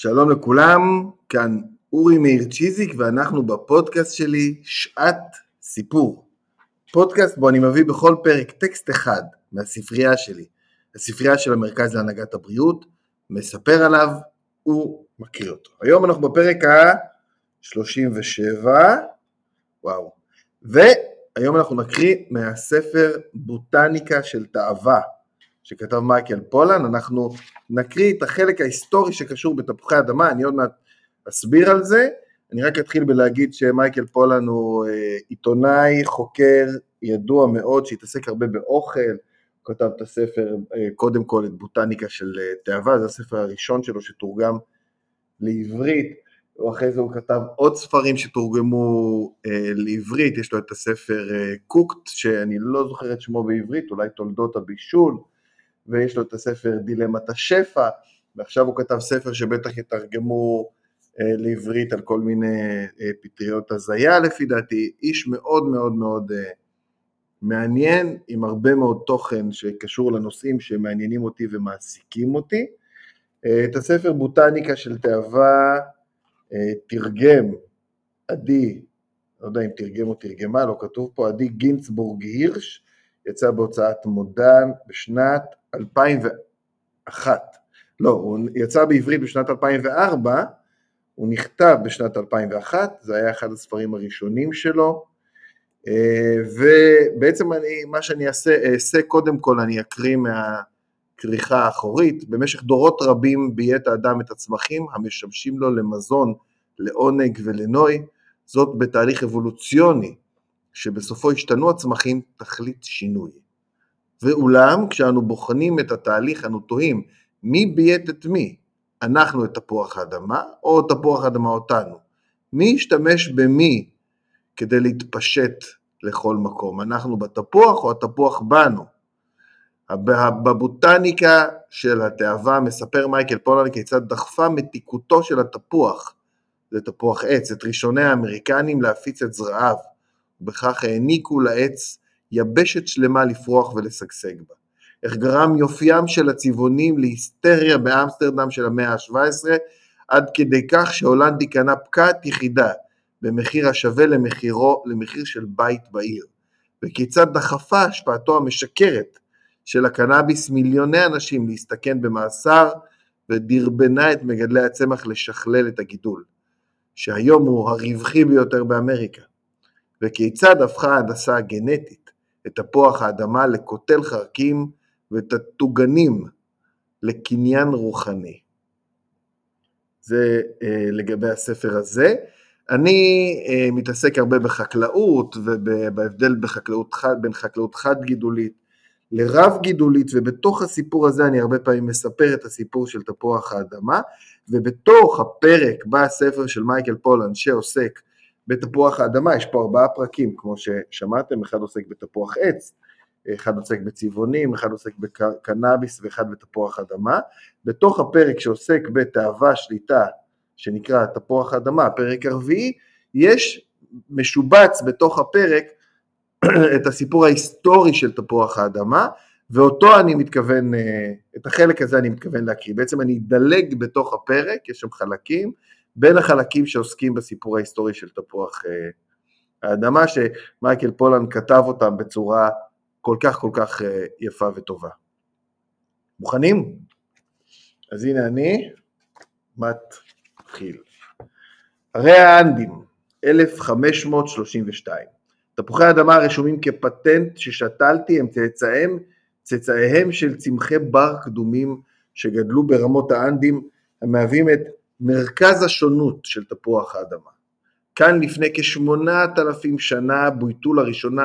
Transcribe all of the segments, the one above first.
שלום לכולם, כאן אורי מאיר צ'יזיק ואנחנו בפודקאסט שלי שעת סיפור. פודקאסט בו אני מביא בכל פרק טקסט אחד מהספרייה שלי, הספרייה של המרכז להנהגת הבריאות, מספר עליו ומקריא אותו. היום אנחנו בפרק ה-37, וואו, והיום אנחנו נקריא מהספר בוטניקה של תאווה, שכתב מייקל פולן. אנחנו נקריא את החלק ההיסטורי שקשור בתפוחי אדמה, אני עוד מעט אסביר על זה. אני רק אתחיל בלהגיד שמייקל פולן הוא עיתונאי, חוקר, ידוע מאוד, שהתעסק הרבה באוכל. הוא כתב את הספר, קודם כל את בוטניקה של תאווה, זה הספר הראשון שלו שתורגם לעברית, ואחרי זה הוא כתב עוד ספרים שתורגמו לעברית. יש לו את הספר קוקט, שאני לא זוכר את שמו בעברית, אולי תולדות הבישול, ויש לו את הספר דילמת השפע, ועכשיו הוא כתב ספר שבטח יתרגמו לעברית על כל מיני פטריות הזיה לפי דעתי. איש מאוד מאוד מאוד מעניין, עם הרבה מאוד תוכן שקשור לנושאים שמעניינים אותי ומעסיקים אותי. את הספר בוטניקה של תאווה תרגם עדי, לא יודע אם תרגם או תרגמה, לא כתוב פה, עדי גינצבורג הירש, יצא בהוצאת מודן בשנת 2001, לא, הוא יצא בעברית בשנת 2004, הוא נכתב בשנת 2001, זה היה אחד הספרים הראשונים שלו, ובעצם מה שאני אעשה קודם כל, אני אקריא מהכריכה האחורית. במשך דורות רבים ביית האדם את הצמחים המשמשים לו למזון, לעונג ולנוי, זאת בתהליך אבולוציוני, שבסופו השתנו הצמחים תכלית שינוי. ואולם, כשאנו בוחנים את התהליך, אנו תוהים, מי בית את מי? אנחנו את תפוח האדמה, או תפוח האדמה אותנו? מי ישתמש במי כדי להתפשט לכל מקום? אנחנו בתפוח או התפוח בנו? בבוטניקה של התאווה מספר מייקל פולן כיצד דחפה מתיקותו של התפוח, זה תפוח עץ, את ראשוני האמריקנים להפיץ את זרעיו, ובכך העניקו לעץ יבשת שלמה לפרוח ולשגשג בה. איך גרם יופיים של הצבעונים להיסטריה באמסטרדם של המאה ה-17, עד כדי כך שהולנדי קנה פקעת יחידה במחיר השווה למחיר של בית בעיר. וכיצד דחפה השפעתו המשקרת של הקנאביס מיליוני אנשים להסתכן במאסר, ודרבנה את מגדלי הצמח לשכלל את הגידול, שהיום הוא הרווחי ביותר באמריקה. וכיצד הפכה ההנדסה הגנטית את תפוח האדמה לקוטל חרקים ואת הטוגנים לקניין רוחני. זה לגבי הספר הזה. אני מתעסק הרבה בחקלאות, ובהבדל בין חקלאות חד גידולית לרב גידולית, ובתוך הסיפור הזה אני הרבה פעמים מספר את הסיפור של תפוח האדמה, ובתוך הפרק בספר של מייקל פולן שעוסק בתפוח האדמה, יש פה 4 פרקים, כמו ששמעתם, אחד עוסק בתפוח עץ, אחד עוסק בצבעונים, אחד עוסק בקנאביס ואחד בתפוח אדמה. בתוך הפרק שעוסק בתאווה שליטה, שנקרא תפוח האדמה, הפרק הרביעי, יש משובץ בתוך הפרק את הסיפור ההיסטורי של תפוח האדמה, ואותו אני מתכוון, את החלק הזה אני מתכוון להקריא. בעצם אני אדלג בתוך הפרק, יש שם חלקים, בין החלקים שעוסקים בסיפור ההיסטורי של תפוח האדמה, שמייקל פולן כתב אותם בצורה כל כך יפה וטובה. מוכנים? אז הנה אני מתחיל. הרי האנדים, 1532. תפוחי האדמה הרשומים כפטנט ששתלתי הם צאצאיהם של צמחי בר קדומים שגדלו ברמות האנדים, המהווים את מרכז השונות של תפוח האדמה. כאן לפני כ8,000 שנה בייתו לראשונה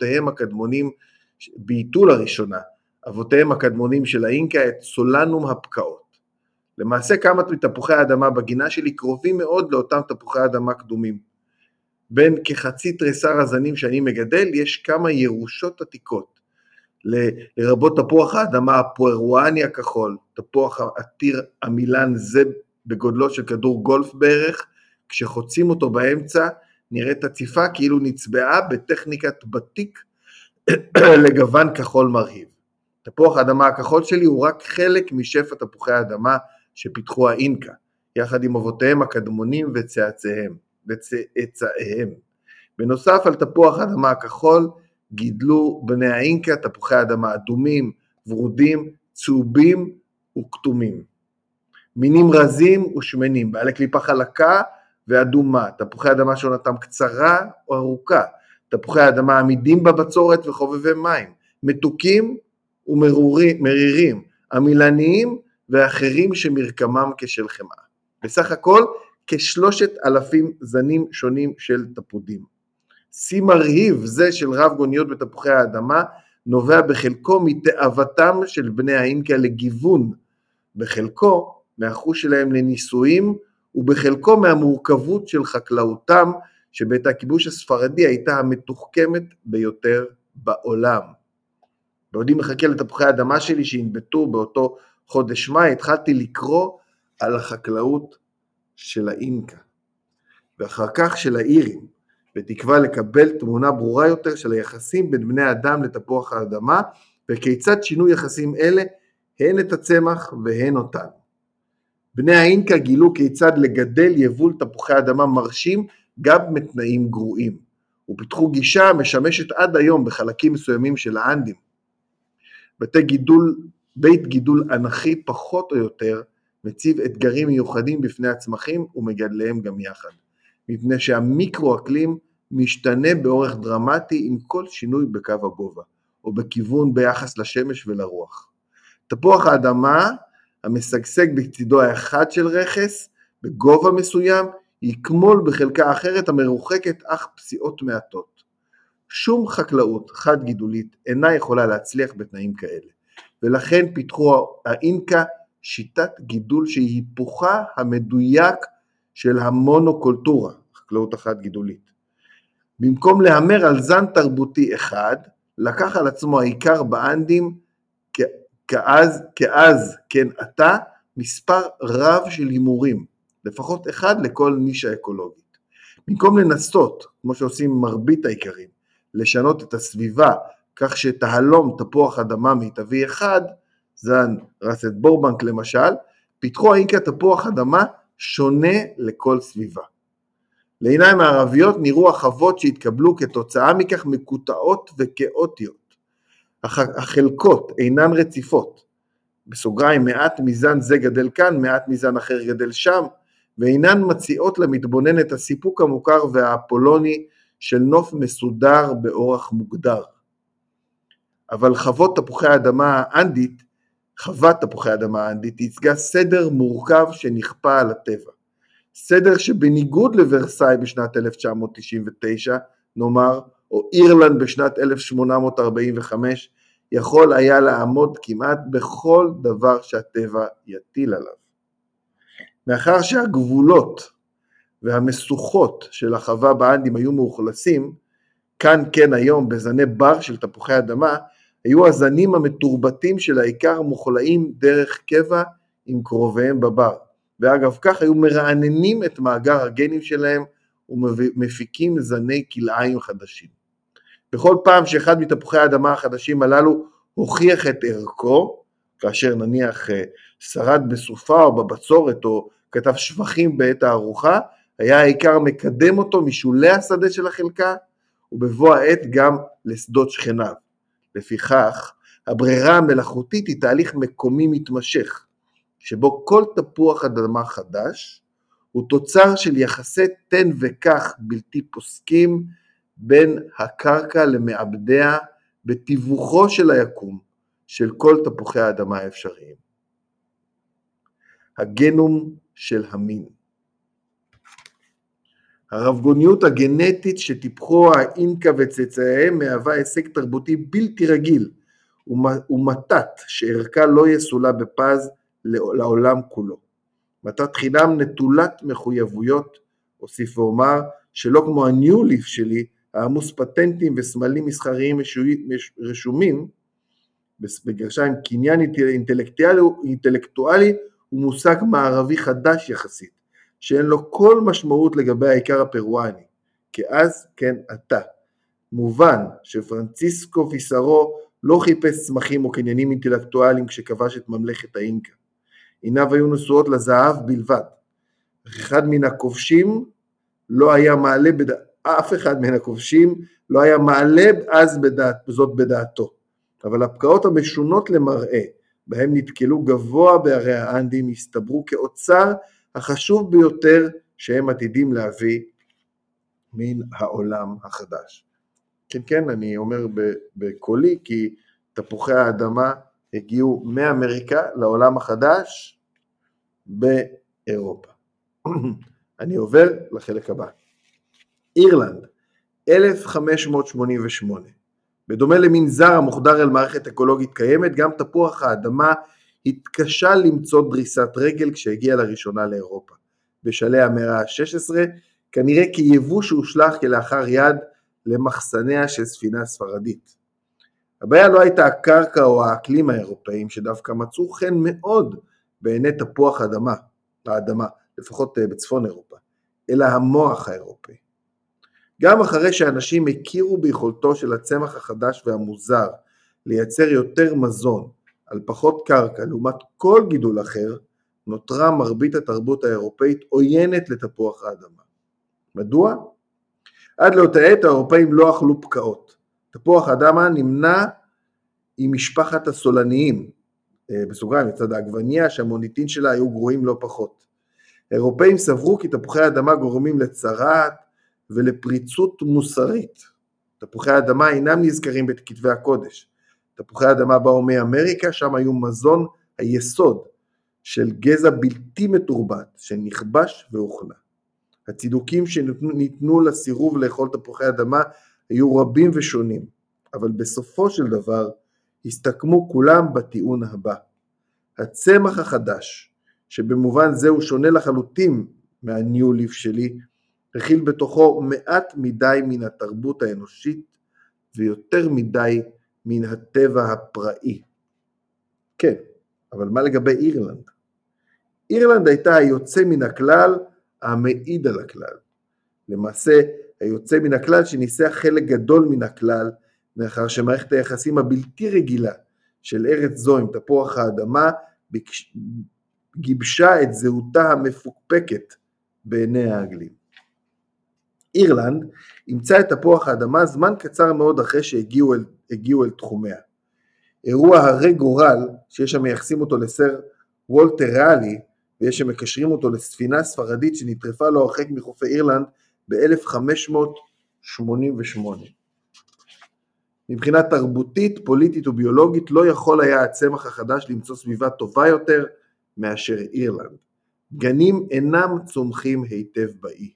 אבותיהם הקדמונים של האינקה את סולנום הפקעות. למעשה כמה מתפוחי האדמה בגינה שלי קרובים מאוד לאותם תפוחי אדמה קדומים. בין כחצי תריסר הזנים שאני מגדל יש כמה ירושות עתיקות, לרבות תפוח האדמה הפוארואני הכחול, תפוח העתיר המילן זה בגודלו של כדור גולף בערך, כשחוצים אותו באמצע נראית הציפה כאילו נצבעה בטכניקת בטיק לגוון כחול מרהיב. תפוח האדמה הכחול שלי הוא רק חלק משפע תפוחי האדמה שפיתחו האינקה. יחד עם אבותיהם הקדמונים וצאצאיהם. בנוסף על תפוח האדמה הכחול, גידלו בני האינקה תפוחי אדמה אדומים, ורודים, צהובים וכתומים. מינים רזים ושמנים, בעלי קליפה חלקה ואדומה, תפוחי אדמה שעונתם קצרה או ארוכה, תפוחי אדמה עמידים בבצורת וחובבי מים, מתוקים ומרירים, עמילניים ואחרים שמרקמם כשל חמאה. בסך הכל כ3,000 זנים שונים של תפודים. שיא מרהיב זה של רב גוניות בתפוחי האדמה נובע בחלקו מתאוותם של בני האינקה לגיוון, בחלקו מהחוש שלהם לניסויים ובחלקו מהמורכבות של חקלאותם שבית הכיבוש הספרדי הייתה המתוחכמת ביותר בעולם. בעודי מחכה לתפוחי האדמה שלי שינבטו באותו חודש מאי, התחלתי לקרוא על החקלאות של האינקה ואחר כך של האירים, בתקווה לקבל תמונה ברורה יותר של היחסים בין בני אדם לתפוח האדמה וכיצד שינו יחסים אלה הן את הצמח והן אותנו. בני האינקה גילו כיצד לגדל יבול תפוחי אדמה מרשים גם בתנאים גרועים, ופיתחו גישה משמשת עד היום בחלקים מסוימים של האנדים. בית גידול אנכי פחות או יותר מציב אתגרים מיוחדים בפני הצמחים ומגדליהם גם יחד, מפני שהמיקרו-אקלים משתנה באורך דרמטי עם כל שינוי בקו הגובה, או בכיוון ביחס לשמש ולרוח. תפוח האדמה המשגשג בצדו האחד של רכס, בגובה מסוים, יקמול בחלקה אחרת המרוחקת אך פסיעות מעטות. שום חקלאות חד גידולית אינה יכולה להצליח בתנאים כאלה, ולכן פיתחו האינקה שיטת גידול שהיא היפוכה המדויק של המונוקולטורה, חקלאות החד גידולית. במקום להמר על זן תרבותי אחד, לקח על עצמו העיקר באנדים כאז כן עתה מספר רב של הימורים, לפחות אחד לכל נישה אקולוגית. במקום לנסות, כמו שעושים מרבית העיקרים, לשנות את הסביבה כך שתהלום תפוח אדמה מיטבי אחד, זן רסט בורבנק למשל, פיתחו האינקה תפוח אדמה שונה לכל סביבה. לעיניים הערביות נראו החוות שהתקבלו כתוצאה מכך מקוטעות וכאוטיות. החלקות אינן רציפות, בסוגריים מעט מזן זה גדל כאן, מעט מזן אחר גדל שם, ואינן מציעות למתבונן את הסיפוק המוכר והאפולוני של נוף מסודר באורח מוגדר. אבל חוות תפוחי האדמה האנדית ייצגה סדר מורכב שנכפה על הטבע. סדר שבניגוד לוורסאי בשנת 1999, נאמר, או אירלנד בשנת 1845, יכול היה לעמוד כמעט בכל דבר שהטבע יטיל עליו. מאחר שהגבולות והמשוכות של החווה באנדים היו מאוכלסים, כאן כן היום בזני בר של תפוחי אדמה, היו הזנים המתורבתים של העיקר מוחלאים דרך קבע עם קרוביהם בבר, ואגב כך היו מרעננים את מאגר הגנים שלהם ומפיקים זני כלאיים חדשים. בכל פעם שאחד מתפוחי האדמה החדשים הללו הוכיח את ערכו, כאשר נניח שרד בסופה או בבצורת או כתב שבחים בעת הארוחה, היה העיקר מקדם אותו משולי השדה של החלקה, ובבוא העת גם לשדות שכניו. לפיכך, הברירה המלאכותית היא תהליך מקומי מתמשך, שבו כל תפוח אדמה חדש הוא תוצר של יחסי תן וכך בלתי פוסקים בין הקרקע למעבדיה בתיווכו של היקום של כל תפוחי האדמה האפשריים. הגנום של המין. הרבגוניות הגנטית שטיפחו האינקה וצאצאיהם מהווה הישג תרבותי בלתי רגיל, ומתת שערכה לא יסולה בפז לעולם כולו. מתת חינם נטולת מחויבויות, אוסיף ואומר, שלא כמו הניו ליף שלי, העמוס פטנטים וסמלים מסחריים רשומים, בגרשיים קניין אינטלקטואלי הוא מושג מערבי חדש יחסית, שאין לו כל משמעות לגבי העיקר הפרואני, כאז כן עתה. מובן שפרנציסקו פיסרו לא חיפש צמחים או קניינים אינטלקטואליים כשכבש את ממלכת האינקה. עיניו היו נשואות לזהב בלבד. אחד מן הכובשים לא היה מעלה אף אחד מן הכובשים לא היה מעלה אז זאת בדעתו, אבל הפקעות המשונות למראה, בהם נתקלו גבוה בערי האנדים, הסתברו כאוצר החשוב ביותר שהם עתידים להביא מן העולם החדש. כן, כן, אני אומר בקולי, כי תפוחי האדמה הגיעו מאמריקה לעולם החדש באירופה. אני עובר לחלק הבא. אירלנד, 1588. בדומה למנזר המוחדר אל מערכת אקולוגית קיימת, גם תפוח האדמה התקשה למצוא דריסת רגל כשהגיע לראשונה לאירופה. בשלהי המאה ה-16, כנראה כיבוא שהושלך כלאחר יד למחסניה של ספינה ספרדית. הבעיה לא הייתה הקרקע או האקלים האירופאים, שדווקא מצאו חן מאוד בעיני תפוח האדמה, לפחות בצפון אירופה, אלא המוח האירופאי. גם אחרי שאנשים הכירו ביכולתו של הצמח החדש והמוזר לייצר יותר מזון על פחות קרקע לעומת כל גידול אחר, נותרה מרבית התרבות האירופאית עוינת לתפוח האדמה. מדוע? עד לאותה עת האירופאים לא אכלו פקעות. תפוח האדמה נמנה עם משפחת הסולניים, בסוגריים לצד העגבניה שהמוניטין שלה היו גרועים לא פחות. האירופאים סברו כי תפוחי האדמה גורמים לצרעת ולפריצות מוסרית. תפוחי האדמה אינם נזכרים בכתבי הקודש. תפוחי האדמה באו מאמריקה, שם היו מזון היסוד של גזע בלתי מתורבת שנכבש והוכנה. הצידוקים שניתנו לסירוב לאכול תפוחי אדמה היו רבים ושונים, אבל בסופו של דבר הסתכמו כולם בטיעון הבא. הצמח החדש, שבמובן זה הוא שונה לחלוטין מהניו ליף שלי, הכיל בתוכו מעט מדי מן התרבות האנושית ויותר מדי מן הטבע הפראי. כן, אבל מה לגבי אירלנד? אירלנד הייתה היוצא מן הכלל המעיד על הכלל. למעשה, היוצא מן הכלל שניסח חלק גדול מן הכלל, מאחר שמערכת היחסים הבלתי רגילה של ארץ זו עם תפוח האדמה גיבשה את זהותה המפוקפקת בעיני האנגלים. אירלנד אימצה את תפוח האדמה זמן קצר מאוד אחרי שהגיעו אל תחומיה. אירוע הרי גורל, שיש המייחסים אותו לסר וולטר ראלי, ויש שמקשרים אותו לספינה ספרדית שנטרפה לא הרחק מחופי אירלנד ב-1588. מבחינה תרבותית, פוליטית וביולוגית לא יכול היה הצמח החדש למצוא סביבה טובה יותר מאשר אירלנד. גנים אינם צומחים היטב באי.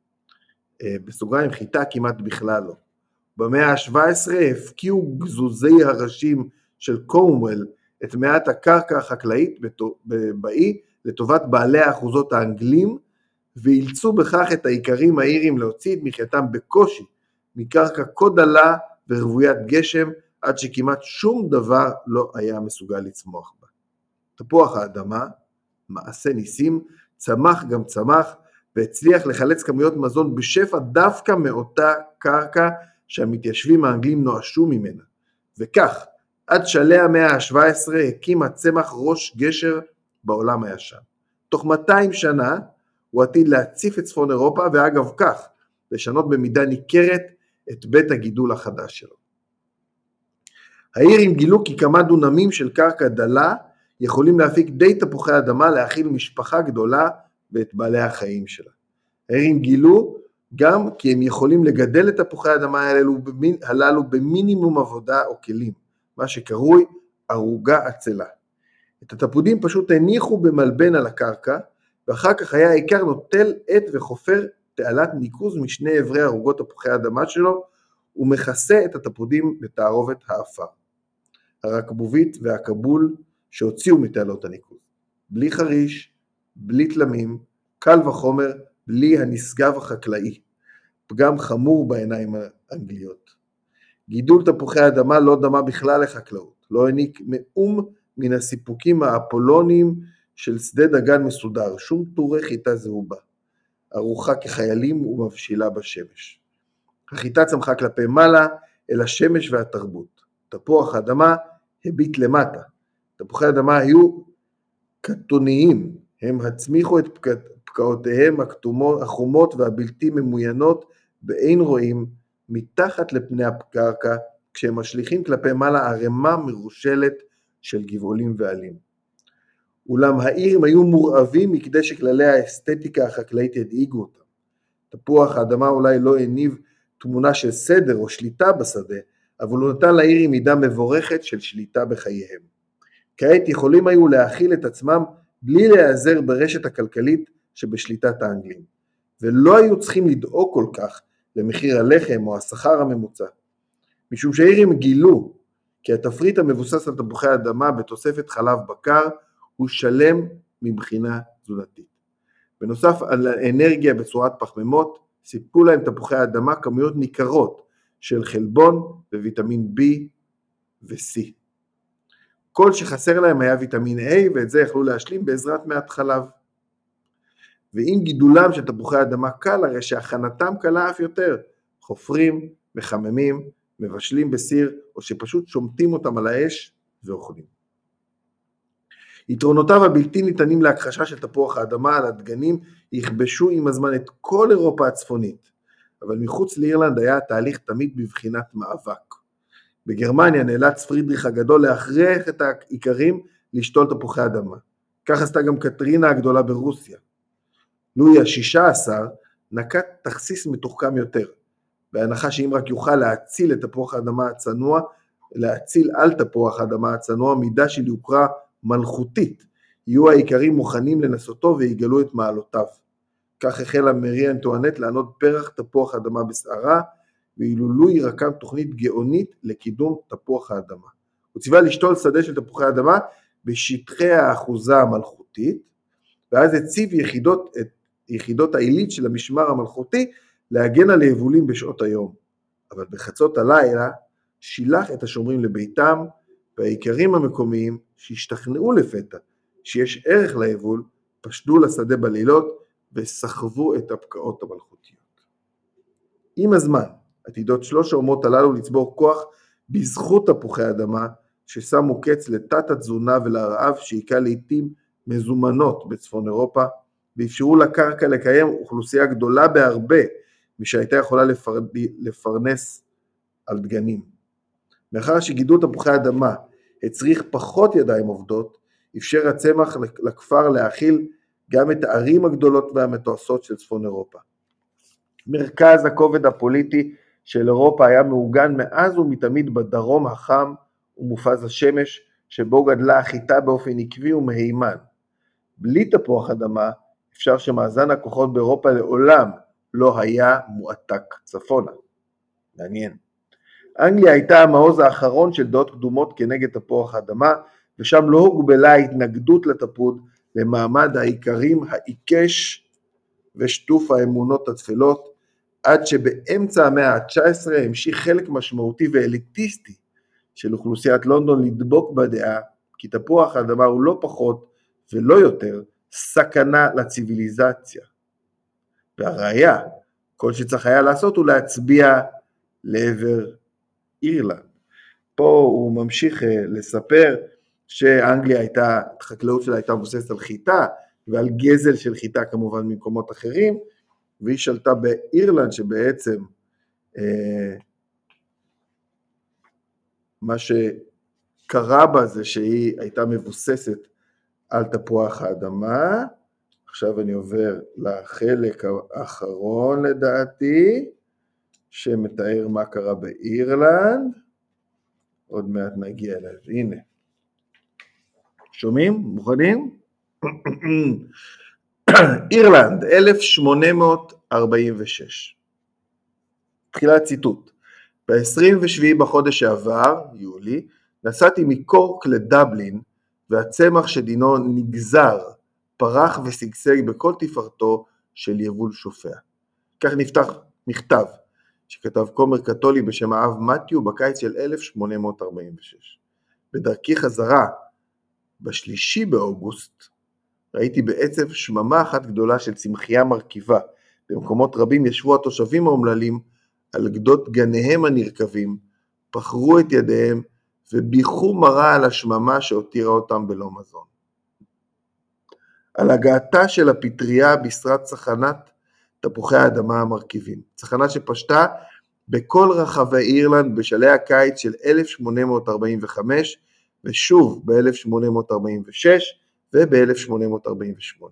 בסוגריים חיטה כמעט בכלל לא. במאה ה-17 הפקיעו גזוזי הראשים של קורנוול את מעט הקרקע החקלאית באי לטובת בעלי האחוזות האנגלים, ואילצו בכך את האיכרים האירים להוציא את מחייתם בקושי מקרקע כה דלה ורוויית גשם, עד שכמעט שום דבר לא היה מסוגל לצמוח בה. תפוח האדמה, מעשה ניסים, צמח גם צמח, והצליח לחלץ כמויות מזון בשפע דווקא מאותה קרקע שהמתיישבים האנגלים נואשו ממנה. וכך, עד שלהי המאה ה-17 הקים הצמח ראש גשר בעולם הישן. תוך 200 שנה הוא עתיד להציף את צפון אירופה, ואגב כך, לשנות במידה ניכרת את בית הגידול החדש שלו. האירים גילו כי כמה דונמים של קרקע דלה יכולים להפיק די תפוחי אדמה להכיל משפחה גדולה ואת בעלי החיים שלה. האירים גילו גם כי הם יכולים לגדל את תפוחי האדמה הללו במינימום עבודה או כלים, מה שקרוי ערוגה עצלה. את התפודים פשוט הניחו במלבן על הקרקע, ואחר כך היה העיקר נוטל עת וחופר תעלת ניקוז משני עברי ערוגות תפוחי האדמה שלו, ומכסה את התפודים בתערובת האפר, הרקבובית והקבול שהוציאו מתעלות הניקוז. בלי חריש, בלי תלמים, קל וחומר, בלי הנשגב החקלאי. פגם חמור בעיניים האנגליות. גידול תפוחי האדמה לא דמה בכלל לחקלאות, לא העניק מאום מן הסיפוקים האפולוניים של שדה דגן מסודר, שום טורי חיטה זהובה, ארוחה כחיילים ומבשילה בשמש. החיטה צמחה כלפי מעלה אל השמש והתרבות. תפוח האדמה הביט למטה. תפוחי האדמה היו קטוניים, הם הצמיחו את פקעותיהם החומות והבלתי ממוינות באין רואים מתחת לפני הקרקע, כשהם משליכים כלפי מעלה ערימה מרושלת של גבעולים ועלים. אולם העירים היו מורעבים מכדי שכללי האסתטיקה החקלאית ידאיגו אותם. תפוח האדמה אולי לא הניב תמונה של סדר או שליטה בשדה, אבל הוא נתן לעירים מידה מבורכת של שליטה בחייהם. כעת יכולים היו להכיל את עצמם בלי להיעזר ברשת הכלכלית שבשליטת האנגלים, ולא היו צריכים לדאוג כל כך למחיר הלחם או השכר הממוצע, משום שהעירים גילו כי התפריט המבוסס על תפוחי אדמה בתוספת חלב בקר הוא שלם מבחינה תזונתית. בנוסף על האנרגיה בצורת פחמימות, סיפקו להם תפוחי אדמה כמויות ניכרות של חלבון וויטמין B ו-C. כל שחסר להם היה ויטמין A, ואת זה יכלו להשלים בעזרת מעט חלב. ועם גידולם של תפוחי אדמה קל, הרי שהכנתם קלה אף יותר. חופרים, מחממים, מבשלים בסיר, או שפשוט שומטים אותם על האש ואוכלים. יתרונותיו הבלתי ניתנים להכחשה של תפוח האדמה על הדגנים יכבשו עם הזמן את כל אירופה הצפונית, אבל מחוץ לאירלנד היה התהליך תמיד בבחינת מאבק. בגרמניה נאלץ פרידריך הגדול להכריח את האיכרים לשתול תפוחי אדמה. כך עשתה גם קטרינה הגדולה ברוסיה. לואי ה-16 נקט תכסיס מתוחכם יותר, בהנחה שאם רק יוכל להציל את תפוח האדמה הצנוע, להציל על תפוח האדמה הצנוע מידה של יוקרה מלכותית, יהיו האיכרים מוכנים לנסותו ויגלו את מעלותיו. כך החלה מרי אנטואנט לענוד פרח תפוח האדמה בסערה, ואילו לואי רקם תוכנית גאונית לקידום תפוח האדמה. הוא ציווה לשתול שדה של תפוחי האדמה בשטחי האחוזה המלכותית, ואז הציב יחידות העילית של המשמר המלכותי להגן על היבולים בשעות היום. אבל בחצות הלילה שילח את השומרים לביתם, והאיכרים המקומיים שהשתכנעו לפתע שיש ערך ליבול, פשטו לשדה בלילות וסחבו את הפקעות המלכותיות. עם הזמן, עתידות שלוש האומות הללו לצבור כוח בזכות תפוחי אדמה, ששמו קץ לתת התזונה ולרעב שהיכה לעתים מזומנות בצפון אירופה, ואפשרו לקרקע לקיים אוכלוסייה גדולה בהרבה, משהייתה יכולה לפרנס על דגנים. מאחר שגידול תפוחי אדמה הצריך פחות ידיים עובדות, אפשר הצמח לכפר להכיל גם את הערים הגדולות והמתועשות של צפון אירופה. מרכז הכובד הפוליטי של אירופה היה מעוגן מאז ומתמיד בדרום החם ומופז השמש, שבו גדלה החיטה באופן עקבי ומהימן. בלי תפוח אדמה אפשר שמאזן הכוחות באירופה לעולם לא היה מועתק צפונה. מעניין. אנגליה הייתה המעוז האחרון של דעות קדומות כנגד תפוח האדמה, ושם לא הוגבלה ההתנגדות לתפוד למעמד האיכרים העיקש ושטוף האמונות התפלות, עד שבאמצע המאה ה-19 המשיך חלק משמעותי ואליטיסטי של אוכלוסיית לונדון לדבוק בדעה כי תפוח האדמה הוא לא פחות ולא יותר סכנה לציביליזציה. והראיה, כל שצריך היה לעשות הוא להצביע לעבר אירלנד. פה הוא ממשיך לספר שאנגליה הייתה, החקלאות שלה הייתה מבוססת על חיטה, ועל גזל של חיטה כמובן ממקומות אחרים, והיא שלטה באירלנד שבעצם מה שקרה בה זה שהיא הייתה מבוססת על תפוח האדמה. עכשיו אני עובר לחלק האחרון לדעתי, שמתאר מה קרה באירלנד. עוד מעט נגיע אליו, הנה. שומעים? מוכנים? אירלנד, 1846. תחילת ציטוט. ב-27 בחודש שעבר, יולי, נסעתי מקורק לדבלין, והצמח שדינו נגזר, פרח וסגסג בכל תפארתו של יבול שופע. כך נפתח מכתב שכתב כומר קתולי בשם האב מתיו בקיץ של 1846. בדרכי חזרה, ב3 באוגוסט, ראיתי בעצב שממה אחת גדולה של צמחייה מרכיבה. במקומות רבים ישבו התושבים האומללים על גדות גניהם הנרכבים, פחרו את ידיהם וביחו מרה על השממה שהותירה אותם בלא מזון. על הגעתה של הפטריה בישרה צחנת תפוחי האדמה המרכיבים. צחנה שפשטה בכל רחבי אירלנד בשלהי הקיץ של 1845 ושוב ב-1846 וב-1848.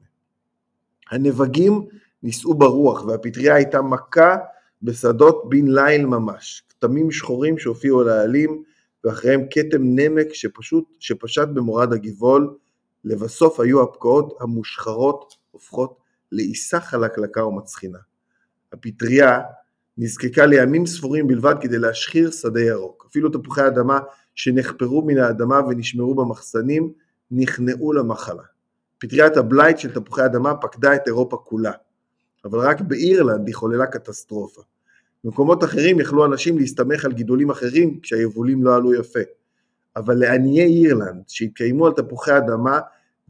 הנבגים ניסו ברוח והפטריה הייתה מכה בשדות בן ליל ממש, כתמים שחורים שהופיעו על העלים ואחריהם כתם נמק שפשט במורד הגבעול. לבסוף היו הפקעות המושחרות הופכות לעיסה חלקלקה ומצחינה. הפטריה נזקקה לימים ספורים בלבד כדי להשחיר שדה ירוק. אפילו תפוחי האדמה שנחפרו מן האדמה ונשמרו במחסנים נכנעו למחלה. פטריית הבלייט של תפוחי האדמה פקדה את אירופה כולה, אבל רק באירלנד היא חוללה קטסטרופה. במקומות אחרים יכלו אנשים להסתמך על גידולים אחרים כשהיבולים לא עלו יפה. אבל לעניי אירלנד שהתקיימו על תפוחי אדמה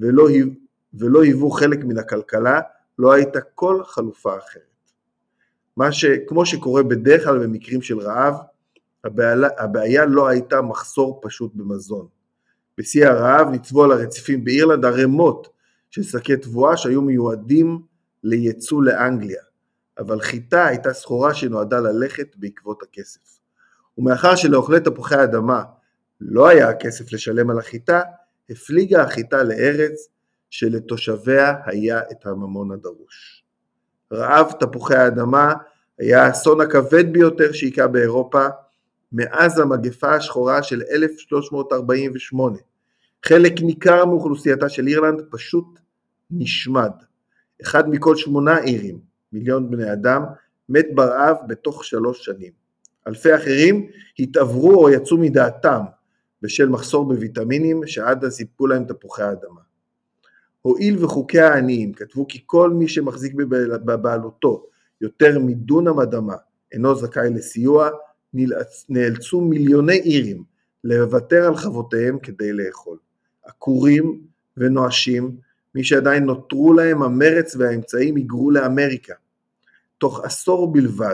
ולא היוו חלק מן הכלכלה, לא הייתה כל חלופה אחרת. כמו שקורה בדרך כלל במקרים של רעב, הבעיה לא הייתה מחסור פשוט במזון. בשיא הרעב ניצבו על הרציפים באירלנד ערימות של שקי תבואה שהיו מיועדים לייצוא לאנגליה, אבל חיטה הייתה סחורה שנועדה ללכת בעקבות הכסף. ומאחר שלאוכלי תפוחי האדמה לא היה הכסף לשלם על החיטה, הפליגה החיטה לארץ שלתושביה היה את הממון הדרוש. רעב תפוחי האדמה היה האסון הכבד ביותר שהיכה באירופה מאז המגפה השחורה של 1348. חלק ניכר מאוכלוסייתה של אירלנד פשוט נשמד. אחד מכל 8 אירים, מיליון בני אדם, מת ברעב בתוך 3 שנים. אלפי אחרים התעברו או יצאו מדעתם בשל מחסור בוויטמינים שעד אז סיפקו להם תפוחי האדמה. הואיל וחוקי העניים כתבו כי כל מי שמחזיק בבעלותו יותר מדונם אדמה אינו זכאי לסיוע, נאלצו מיליוני אירים לוותר על חוותיהם כדי לאכול. עקורים ונואשים, מי שעדיין נותרו להם המרץ והאמצעים היגרו לאמריקה. תוך עשור בלבד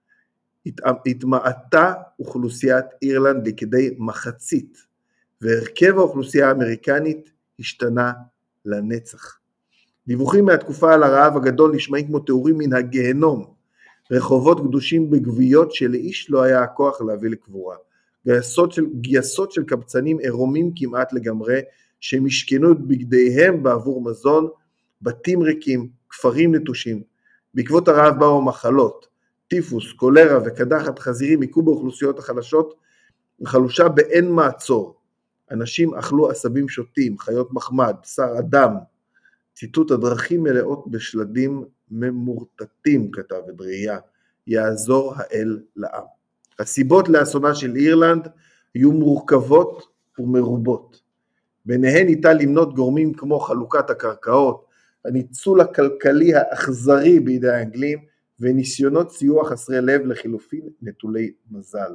התמעטה אוכלוסיית אירלנד לכדי מחצית, והרכב האוכלוסייה האמריקנית השתנה לנצח. דיווחים מהתקופה על הרעב הגדול נשמעים כמו תיאורים מן הגהנום, רחובות קדושים בגוויות שלאיש לא היה הכוח להביא לקבורה, גייסות של קבצנים עירומים כמעט לגמרי, שמשכנו את בגדיהם בעבור מזון, בתים ריקים, כפרים נטושים. בעקבות הרעב באו מחלות, טיפוס, קולרה וקדחת חזירים היכו באוכלוסיות החלשות, חלושה באין מעצור. אנשים אכלו עשבים שוטים, חיות מחמד, בשר אדם. ציטוט: הדרכים מלאות בשלדים ממורטטים, כתב אדריה, יעזור האל לעם. הסיבות לאסונה של אירלנד היו מורכבות ומרובות. ביניהן ניתן למנות גורמים כמו חלוקת הקרקעות, הניצול הכלכלי האכזרי בידי האנגלים, וניסיונות סיוע חסרי לב לחילופין נטולי מזל.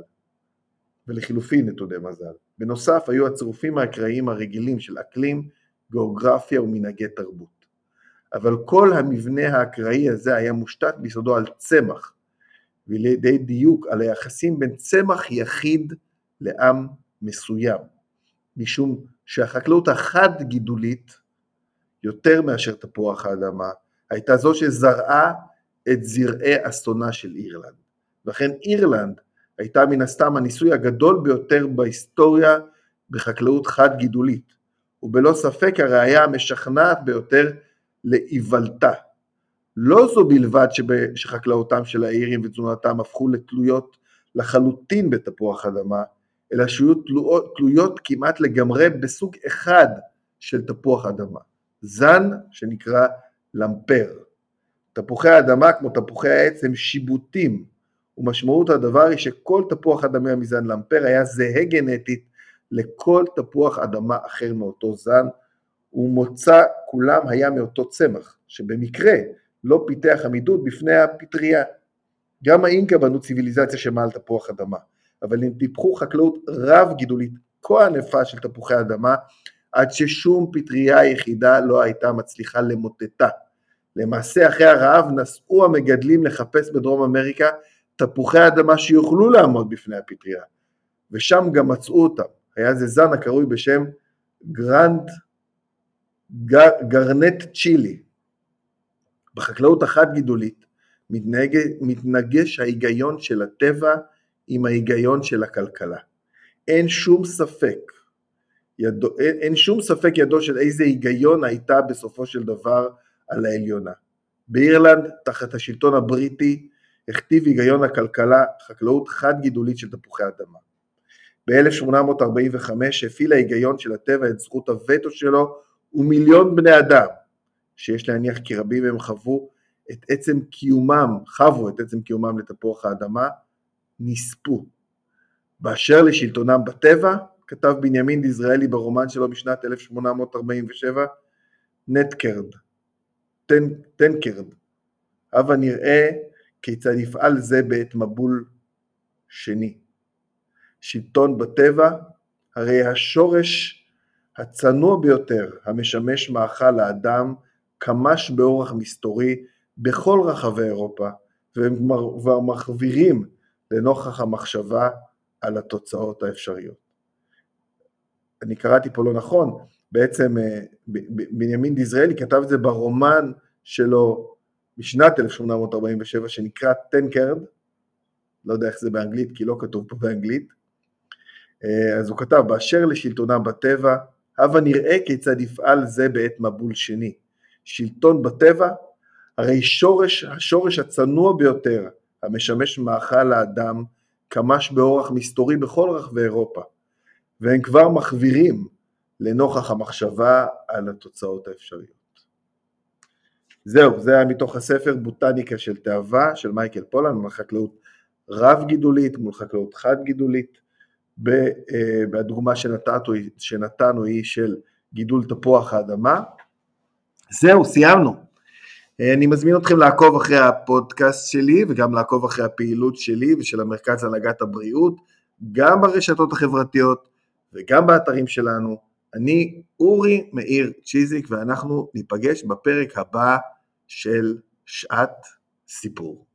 בנוסף היו הצירופים האקראיים הרגילים של אקלים, גיאוגרפיה ומנהגי תרבות. אבל כל המבנה האקראי הזה היה מושתת ביסודו על צמח, ולידי דיוק על היחסים בין צמח יחיד לעם מסוים, משום שהחקלאות החד גידולית, יותר מאשר תפוח האדמה, הייתה זו שזרעה את זרעי אסונה של אירלנד. לכן אירלנד הייתה מן הסתם הניסוי הגדול ביותר בהיסטוריה בחקלאות חד גידולית, ובלא ספק הראיה המשכנעת ביותר לאיוולתה. לא זו בלבד שחקלאותם של האירים ותזונתם הפכו לתלויות לחלוטין בתפוח אדמה, אלא שהיו תלויות כמעט לגמרי בסוג אחד של תפוח אדמה, זן שנקרא למפר. תפוחי האדמה כמו תפוחי העץ הם שיבוטים, ומשמעות הדבר היא שכל תפוח אדמה מזן למפר היה זהה גנטית לכל תפוח אדמה אחר מאותו זן, ומוצא כולם היה מאותו צמח, שבמקרה לא פיתח עמידות בפני הפטריה. גם האינקה בנו ציוויליזציה שמעה על תפוח אדמה, אבל הם טיפחו חקלאות רב גידולית כה ענפה של תפוחי אדמה, עד ששום פטריה יחידה לא הייתה מצליחה למוטטה. למעשה אחרי הרעב נסעו המגדלים לחפש בדרום אמריקה תפוחי אדמה שיוכלו לעמוד בפני הפטריה, ושם גם מצאו אותם. היה זה זן הקרוי בשם גרנד גרנט צ'ילי. בחקלאות החד גידולית מתנגש ההיגיון של הטבע עם ההיגיון של הכלכלה. אין שום ספק ידו של איזה היגיון הייתה בסופו של דבר על העליונה. באירלנד, תחת השלטון הבריטי, הכתיב היגיון הכלכלה חקלאות חד גידולית של תפוחי אדמה. ב-1845 הפעיל ההיגיון של הטבע את זכות הווטו שלו, ומיליון בני אדם, שיש להניח כי רבים מהם חוו את עצם קיומם לתפוח האדמה, נספו. באשר לשלטונם בטבע, כתב בנימין דיזרעאלי ברומן שלו משנת 1847, טנקרד, הבה נראה כיצד יפעל זה בעת מבול שני. שלטון בטבע, הרי השורש הצנוע ביותר המשמש מאכל לאדם, כמש באורח מסתורי בכל רחבי אירופה, והם כבר מחווירים לנוכח המחשבה על התוצאות האפשריות. אני קראתי פה לא נכון, בעצם בנימין דיזרעאלי כתב את זה ברומן שלו משנת 1847 שנקרא טנקרד, לא יודע איך זה באנגלית כי לא כתוב פה באנגלית, אז הוא כתב באשר לשלטונם בטבע, הבה נראה כיצד יפעל זה בעת מבול שני. שלטון בטבע, הרי השורש הצנוע ביותר המשמש מאכל לאדם, כמש באורח מסתורי בכל רחבי אירופה, והם כבר מחווירים לנוכח המחשבה על התוצאות האפשריות. זהו, זה היה מתוך הספר בוטניקה של תאווה של מייקל פולן, מול חקלאות רב גידולית, מול חקלאות חד גידולית, בדוגמה שנתנו היא של גידול תפוח האדמה. זהו, סיימנו. אני מזמין אתכם לעקוב אחרי הפודקאסט שלי, וגם לעקוב אחרי הפעילות שלי ושל המרכז להנהגת הבריאות, גם ברשתות החברתיות וגם באתרים שלנו. אני אורי מאיר צ'יזיק, ואנחנו ניפגש בפרק הבא של שעת סיפור.